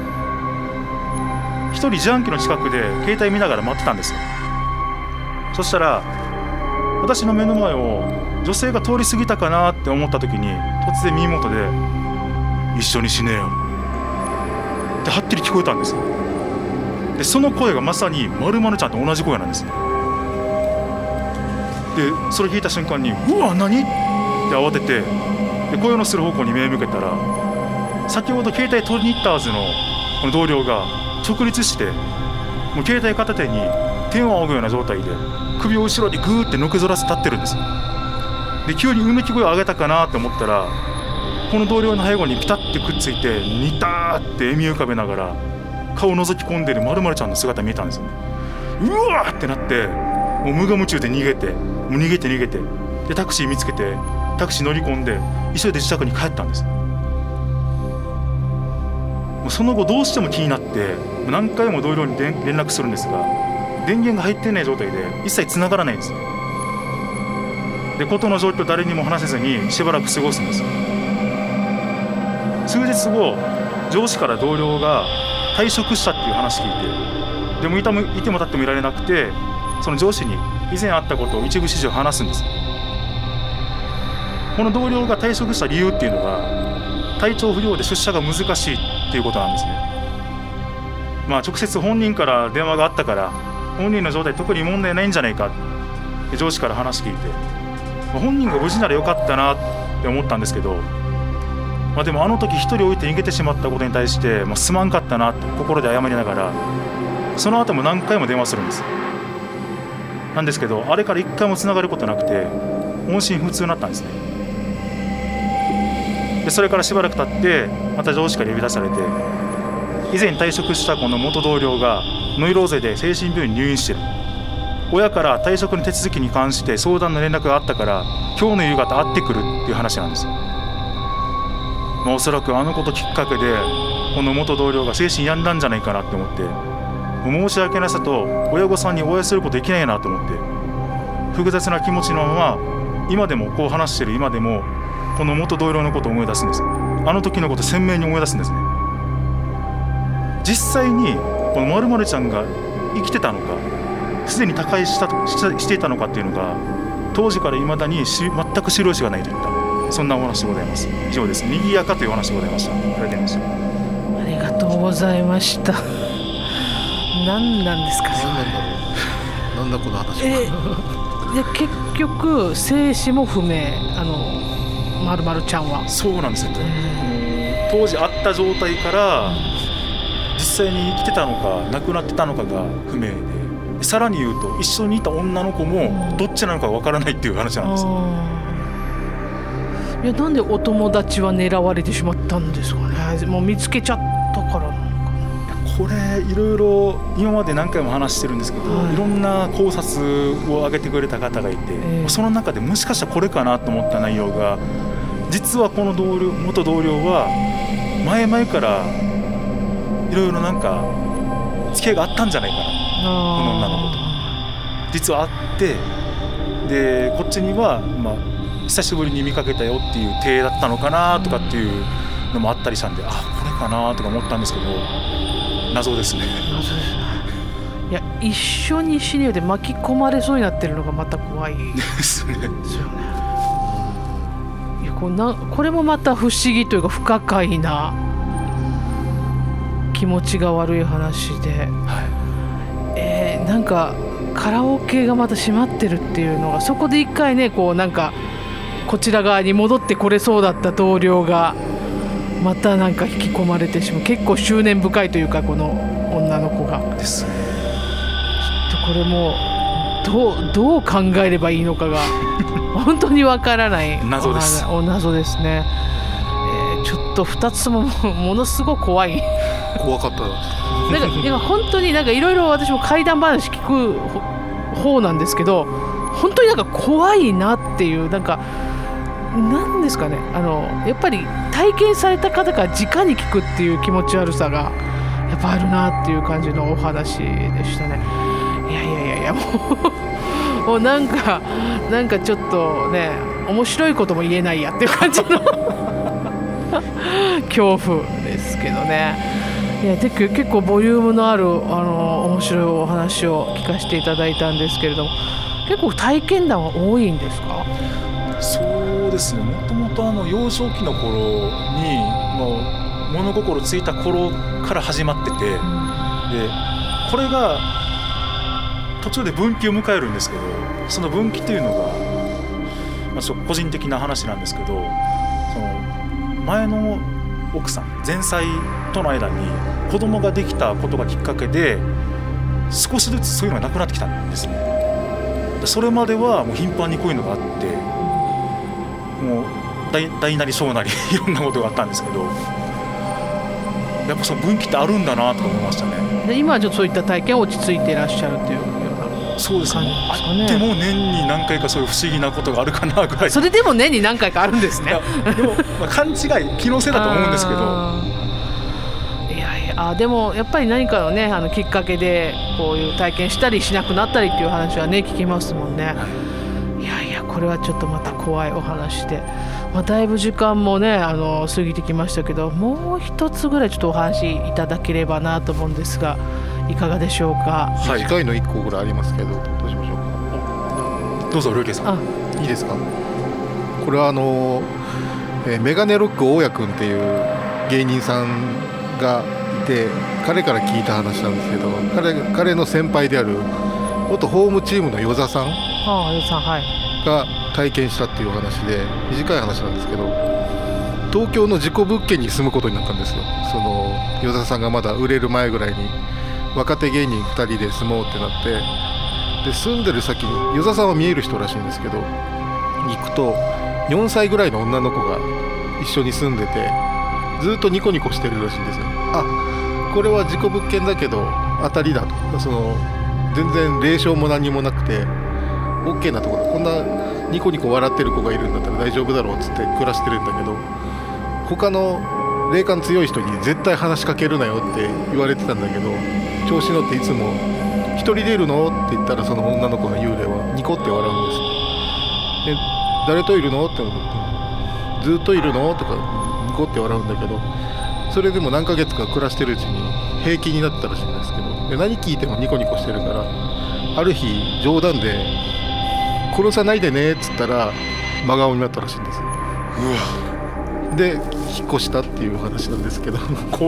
一人自販機の近くで携帯見ながら待ってたんですよ。そしたら私の目の前を女性が通り過ぎたかなって思った時に突然耳元で「一緒に死ねよ」ってはっきり聞こえたんですよ。でその声がまさに〇〇ちゃんと同じ声なんです。でそれ聞いた瞬間に「うわ何?」って慌ててで声のする方向に目を向けたら、先ほど携帯取りに行ったはずのこの同僚が直立してもう携帯片手に天を仰ぐような状態で首を後ろにグーってのけぞらせ立ってるんです。で急にうめき声を上げたかなって思ったら、この同僚の背後にピタッてくっついてニターって笑み浮かべながら顔を覗き込んでる〇〇ちゃんの姿見えたんですよね。うわーってなってもう無我夢中で逃げてもう逃げて逃げてでタクシー見つけてタクシー乗り込んで急いで自宅に帰ったんです。もうその後どうしても気になって何回も同僚に連絡するんですが、電源が入ってない状態で一切繋がらないんです。で事の状況誰にも話せずにしばらく過ごすんです。数日後上司から同僚が退職したっていう話聞いて、でもいたもいても立ってもいられなくて、その上司に以前あったことを一部始終話すんです。この同僚が退職した理由っていうのが体調不良で出社が難しいっていうことなんですね。まあ直接本人から電話があったから本人の状態特に問題ないんじゃないかって上司から話聞いて、本人が無事ならよかったなって思ったんですけど、まあ、でもあの時一人置いて逃げてしまったことに対して、まあ、すまんかったなって心で謝りながらその後も何回も電話するんです。なんですけどあれから一回もつながることなくて音信不通になったんですね。でそれからしばらく経ってまた上司から呼び出されて、以前退職したこの元同僚がノイローゼで精神病院に入院してる、親から退職の手続きに関して相談の連絡があったから今日の夕方会ってくるっていう話なんです。まあ、おそらくあのこときっかけでこの元同僚が精神病んだんじゃないかなって思って、申し訳なさと親御さんにお会いすることできないなと思って複雑な気持ちのまま今でもこう話してる今でもこの元同僚のことを思い出すんです。あの時のことを鮮明に思い出すんですね。実際にこの〇〇ちゃんが生きてたのかすでに他界したしていたのかっていうのが当時からいまだにし全く知る由がないといったそんなお話でございます。以上です。賑やかというお話でございました。ありがとうございました。 ありがとうございました。何なんですかね。 なんだこの話は。 えで結局生死も不明、あの〇〇ちゃんは。 そうなんですよね。当時あった状態から実際に生きてたのか亡くなってたのかが不明で、さらに言うと一緒にいた女の子もどっちなのかわからないっていう話なんです。 いやなんでお友達は狙われてしまったんですかね。もう見つけちゃったからなのかな。 これいろいろ今まで何回も話してるんですけど、はい、いろんな考察を挙げてくれた方がいて、えー、その中でもしかしたらこれかなと思った内容が、実はこの同僚元同僚は前々からいろいろなんか付き合いがあったんじゃないかな、この女の子と実はあって、でこっちには、まあ、久しぶりに見かけたよっていう体だったのかなとかっていうのもあったりしたんで、あこれかなとか思ったんですけど、謎ですね。 謎ですね。いや一緒に死ねで巻き込まれそうになってるのがまた怖いですね。 ですよね。いやこんなこれもまた不思議というか不可解な気持ちが悪い話で、はい、えー、なんかカラオケがまた閉まってるっていうのが、そこで一回ねこうなんかこちら側に戻ってこれそうだった同僚がまたなんか引き込まれてしまう。結構執念深いというか、この女の子がですね。 ちょっとこれもどう、どう考えればいいのかが本当にわからない謎です。 お謎ですね、えー、ちょっとふたつともものすごく怖い怖かったなんか今本当になんかいろいろ私も怪談話聞く方なんですけど、本当になんか怖いなっていう、なんかなんですかね、あのやっぱり体験された方から直に聞くっていう気持ち悪さがやっぱあるなっていう感じのお話でしたね。いやいやいやいやもう、もうなんかなんかちょっとね面白いことも言えないやっていう感じの恐怖ですけどね。いやで結構ボリュームのあるあの面白いお話を聞かせていただいたんですけれども、結構体験談は多いんですか？ そうですね。もともとあの幼少期の頃にもう物心ついた頃から始まってて、でこれが途中で分岐を迎えるんですけど、その分岐っていうのが、まあ、ちょっと個人的な話なんですけど、その前の奥さん前妻との間に子供ができたことがきっかけで少しずつそういうのがなくなってきたんですね。でそれまではもう頻繁にこういうのがあって、もう 大, 大なり小なりいろんなことがあったんですけど、やっぱその分岐ってあるんだなと思いましたね。 で今はちょっとそういった体験は落ち着いていらっしゃるというようなそうですね。あっても年に何回かそういう不思議なことがあるかなぐらい。 それでも年に何回かあるんですね。 でも、まあ、勘違い気のせいだと思うんですけど、 いやいやあでもやっぱり何かのねあのきっかけでこういう体験したりしなくなったりっていう話はね聞きますもんね。いやいやこれはちょっとまた怖いお話で、まあ、だいぶ時間もねあの過ぎてきましたけど、もう一つぐらいちょっとお話いただければなと思うんですが、いかがでしょうか？ はい、短いのいっこぐらいありますけど、どうしましょうか。 どうぞ、りょうけいさん。 いいですか。これはあの、えー、メガネロック大家君っていう芸人さんがいて、彼から聞いた話なんですけど、 彼, 彼の先輩である元ホームチームの与座さんが体験したっていう話で、短い話なんですけど、東京の事故物件に住むことになったんですよ。その与座さんがまだ売れる前ぐらいに若手芸人ふたりで住もうってなって、で住んでる先に与座さんは見える人らしいんですけど、行くとよんさいぐらいの女の子が一緒に住んでて、ずっとニコニコしてるらしいんですよ。あ、これは事故物件だけど当たりだと、その全然霊障も何もなくて OK なところだ、こんなニコニコ笑ってる子がいるんだったら大丈夫だろうっつって暮らしてるんだけど、他の霊感強い人に絶対話しかけるなよって言われてたんだけど、調子乗っていつも一人でいるのって言ったら、その女の子の幽霊はニコって笑うんです。で誰といるのって思って、ずっといるのとかニコって笑うんだけど、それでも何ヶ月か暮らしてるうちに平気になったらしいんですけど、で何聞いてもニコニコしてるから、ある日冗談で殺さないでねっつったら真顔になったらしいんです。うわで引っ越したっていう話なんですけど怖っ。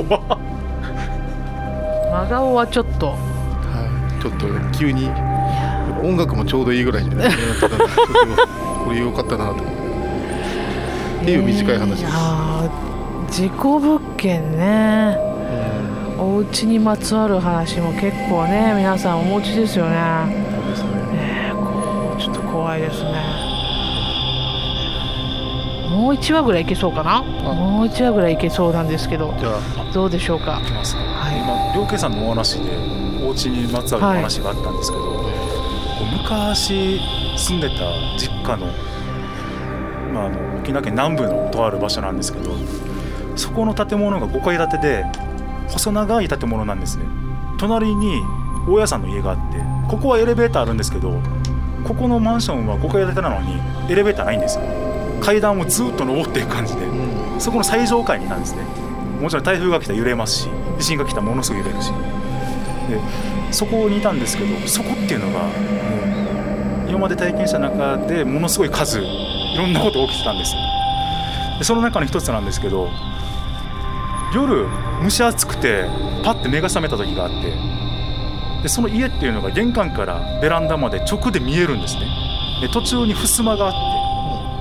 真顔はちょっと、はいちょっと、ね、急に音楽もちょうどいいぐらいになってたんで、これ良かったなと思ってっていう短い話です。 えー、事故物件ね、うん、お家にまつわる話も結構ね皆さんお持ちですよね。 そうですね、 えー、こうちょっと怖いですね。 もういちわぐらいいけそうかな。もういちわぐらいいけそうなんですけど、 じゃあどうでしょうか。 いきますね。 はい、 今両家さんのお話でお家にまつわるお話があったんですけど、はい、こう昔住んでた実家の、まあ、あの沖縄県南部のとある場所なんですけど、そこの建物がごかい建てで細長い建物なんですね。隣に大家さんの家があって、ここはエレベーターあるんですけど、ここのマンションはごかい建てなのにエレベーターないんですよ。階段をずっと登っていく感じで、うん、そこの最上階になんですね。もちろん台風が来たら揺れますし、地震が来たらものすごい揺れるし、でそこにいたんですけど、そこっていうのがもう今まで体験した中でものすごい数いろんなこと起きてたんですよ。でその中の一つなんですけど、夜蒸し暑くてパッて目が覚めた時があって、でその家っていうのが玄関からベランダまで直で見えるんですね。で途中に襖があって、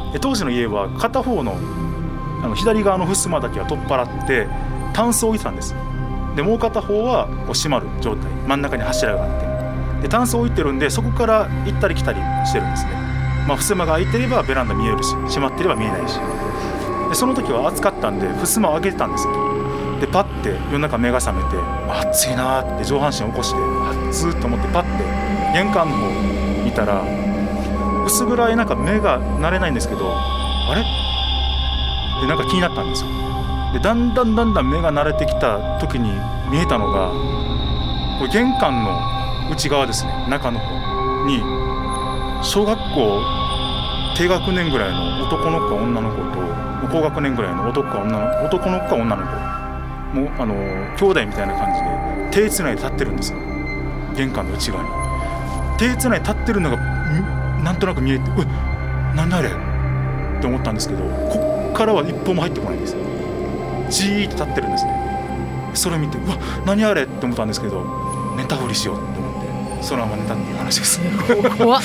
で当時の家は片方のあの左側の襖だけは取っ払ってタンスを置いてたんです。でもう片方はこう閉まる状態、真ん中に柱があって、でタンスを置いてるんでそこから行ったり来たりしてるんですね。まあ、襖が開いてればベランダ見えるし、閉まってれば見えないし、でその時は暑かったんで襖を開けてたんですよ。でパッて夜中目が覚めて、暑いなって上半身起こして、暑ーっと思ってパッて玄関の方見たら、薄暗い中目が慣れないんですけど、あれでなんか気になったんですよ。でだんだんだんだん目が慣れてきた時に見えたのが、これ玄関の内側ですね、中の方に小学校低学年ぐらいの男の子か女の子と高学年ぐらいの男か女の男の子か女の子もうあの兄弟みたいな感じで手つないで立ってるんですよ。玄関の内側に手つないで立ってるのがなんとなく見えて、うっ何あれって思ったんですけど、こっからは一歩も入ってこないんですよ。じーっと立ってるんですね。それ見て、うわ何あれって思ったんですけど、寝たふりしようって思ってそのまま寝たっていう話です。 怖っ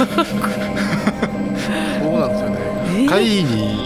そうなんですよね、えー、会に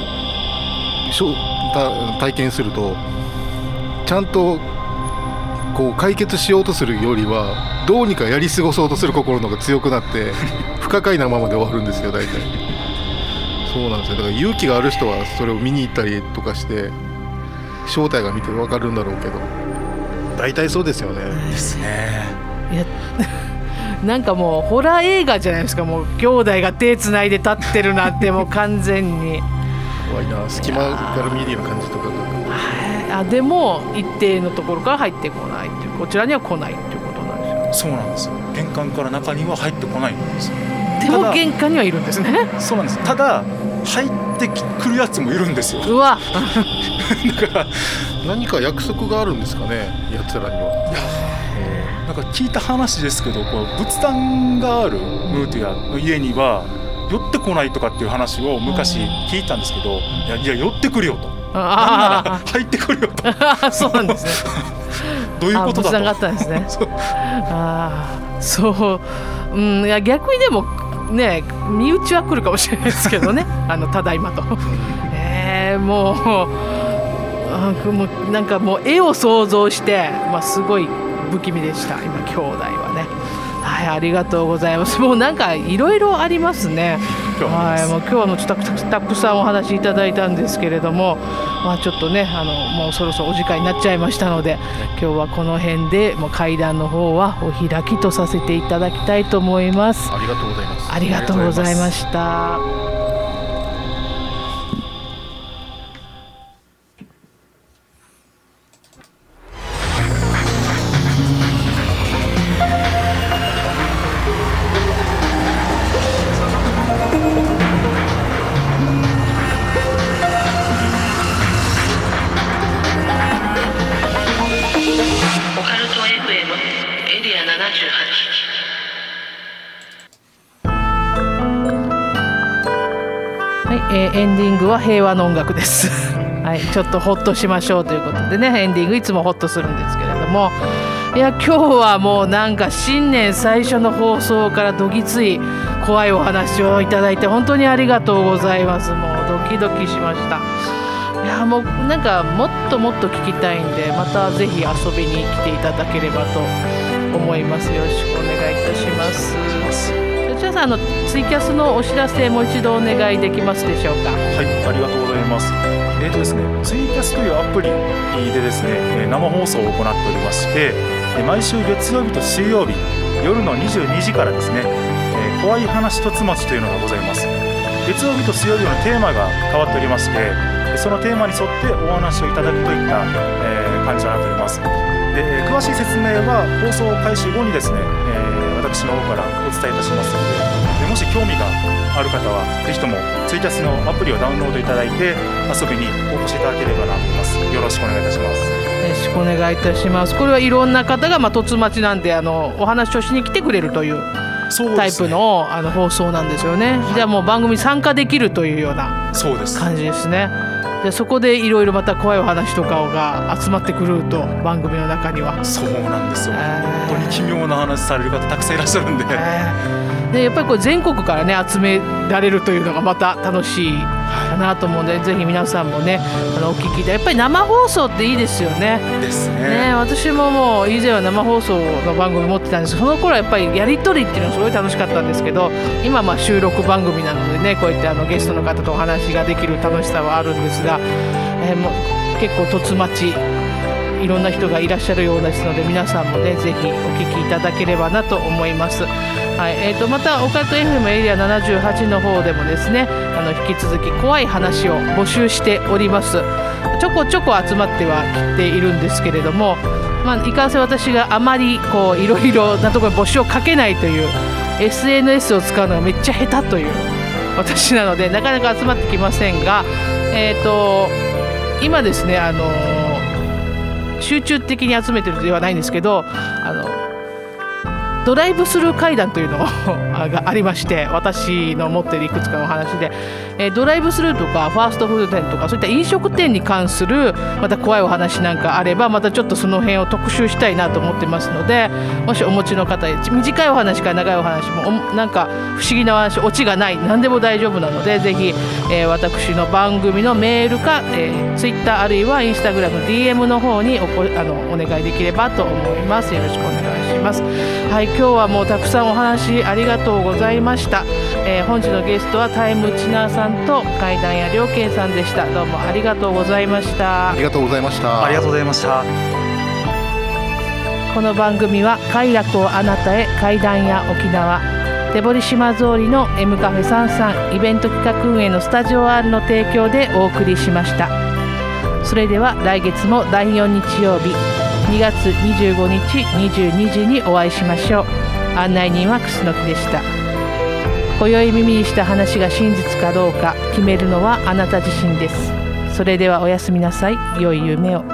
体験するとちゃんとこう解決しようとするよりはどうにかやり過ごそうとする心の方が強くなって不可解なままで終わるんですよ大体。そうなんですよ。だから勇気がある人はそれを見に行ったりとかして正体が見て分かるんだろうけど、大体そうですよね。 ですね。 いやなんかもうホラー映画じゃないですか。もう兄弟が手つないで立ってるなんてもう完全に怖いな。隙間から見えるような感じとかが、 あでも一定のところから入ってこないっていう、こちらには来ないっていうことなんですよ。 そうなんですよ。玄関から中には入ってこないんですよ。 でも玄関にはいるんですね。 そうなんです。ただ入ってくるやつもいるんですよ。 うわだから何か約束があるんですかね、やつらには。いやなんか聞いた話ですけど、こう仏壇があるムーティアの家には寄ってこないとかっていう話を昔聞いたんですけど、いやいや寄ってくるよと、なんなら入ってくるよとそうなんですね。 どういうことだと。 仏壇があったんですね。そうあそう、うん、いや逆にでもね身内は来るかもしれないですけどねあのただいまとえー、もうもうなんかもう絵を想像して、まあ、すごい不気味でした今兄弟はね。はい、ありがとうございます。もうなんかいろいろありますね。はい、もう今日はのたくたくさんお話いただいたんですけれども、まあ、ちょっとねあのもうそろそろお時間になっちゃいましたので、今日はこの辺でもう会談の方はお開きとさせていただきたいと思います。 ありがとうございます。 ありがとうございました。えー、エンディングは平和の音楽です、はい、ちょっとホッとしましょうということでね、エンディングいつもホッとするんですけれども、いや今日はもうなんか新年最初の放送からどぎつい怖いお話をいただいて本当にありがとうございます。もうドキドキしました。いやもうなんかもっともっと聞きたいんで、またぜひ遊びに来ていただければと思います。よろしくお願いいたします。 じゃあさん、あのツイキャスのお知らせもう一度お願いできますでしょうか。 はい、ありがとうございます。えーとですね、ツイキャスというアプリでですね、生放送を行っておりまして、毎週月曜日と水曜日夜のにじゅうにじからですね、怖い話とつまちというのがございます。月曜日と水曜日のテーマが変わっておりまして、そのテーマに沿ってお話をいただくといった、えー、感じとなっております。で、詳しい説明は放送開始後にですね、えー、私の方からお伝えいたしますので、でもし興味がある方はぜひともツイキャスのアプリをダウンロードいただいて遊びにお越しいただければなと思います。よろしくお願いいたします。 よろしくお願いいたします。これはいろんな方が、まあ、凸待ちなんであのお話をしに来てくれるというタイプ の, あの放送なんですよね。じゃあもう番組参加できるというような感じですね。でそこでいろいろまた怖いお話とかが集まってくると、番組の中にはそうなんですよ、えー、本当に奇妙な話される方たくさんいらっしゃるんで、 えー、でやっぱりこれ全国からね集められるというのがまた楽しいかなと思うので、ぜひ皆さんもねあのお聞きで、やっぱり生放送っていいですよね。 ですね。 ね、私ももう以前は生放送の番組持ってたんですけど、その頃はやっぱりやり取りっていうのはすごい楽しかったんですけど、今はまあ収録番組なのでね、こうやってあのゲストの方とお話ができる楽しさはあるんですが、えー、もう結構凸待ちいろんな人がいらっしゃるようですので、皆さんもねぜひお聞きいただければなと思います。はい、えー、とまたオカルト エフエム エリアななじゅうはちの方でもですね、あの引き続き怖い話を募集しております。ちょこちょこ集まってはきているんですけれども、まあ、いかんせん私があまりこういろいろなところに募集をかけないという エスエヌエス を使うのがめっちゃ下手という私なので、なかなか集まってきませんが、えー、と今ですね、あのー、集中的に集めてるではないんですけど、あのドライブスルー会談というのがありまして、私の持っているいくつかの話で、えー、ドライブスルーとかファーストフード店とかそういった飲食店に関するまた怖いお話なんかあれば、またちょっとその辺を特集したいなと思ってますので、もしお持ちの方、短いお話から長いお話もなんか不思議な話、オチがない何でも大丈夫なので、ぜひ、えー、私の番組のメールか、えー、ツイッターあるいはインスタグラム ディーエム の方に お, こあのお願いできればと思います。よろしくお願いします。はい、今日はもうたくさんお話ありがとうございました。えー、本日のゲストはタイムチナーさんと怪談屋良健さんでした。どうもありがとうございました。 ありがとうございました。 ありがとうございました。 この番組は快楽をあなたへ怪談屋沖縄手堀島通りの M カフェさんさんイベント企画運営のスタジオ R の提供でお送りしました。それでは来月もだいよん日曜日にがつにじゅうごにちにじゅうにじにお会いしましょう。案内人は楠木でした。今宵耳にした話が真実かどうか決めるのはあなた自身です。それではおやすみなさい。良い夢を。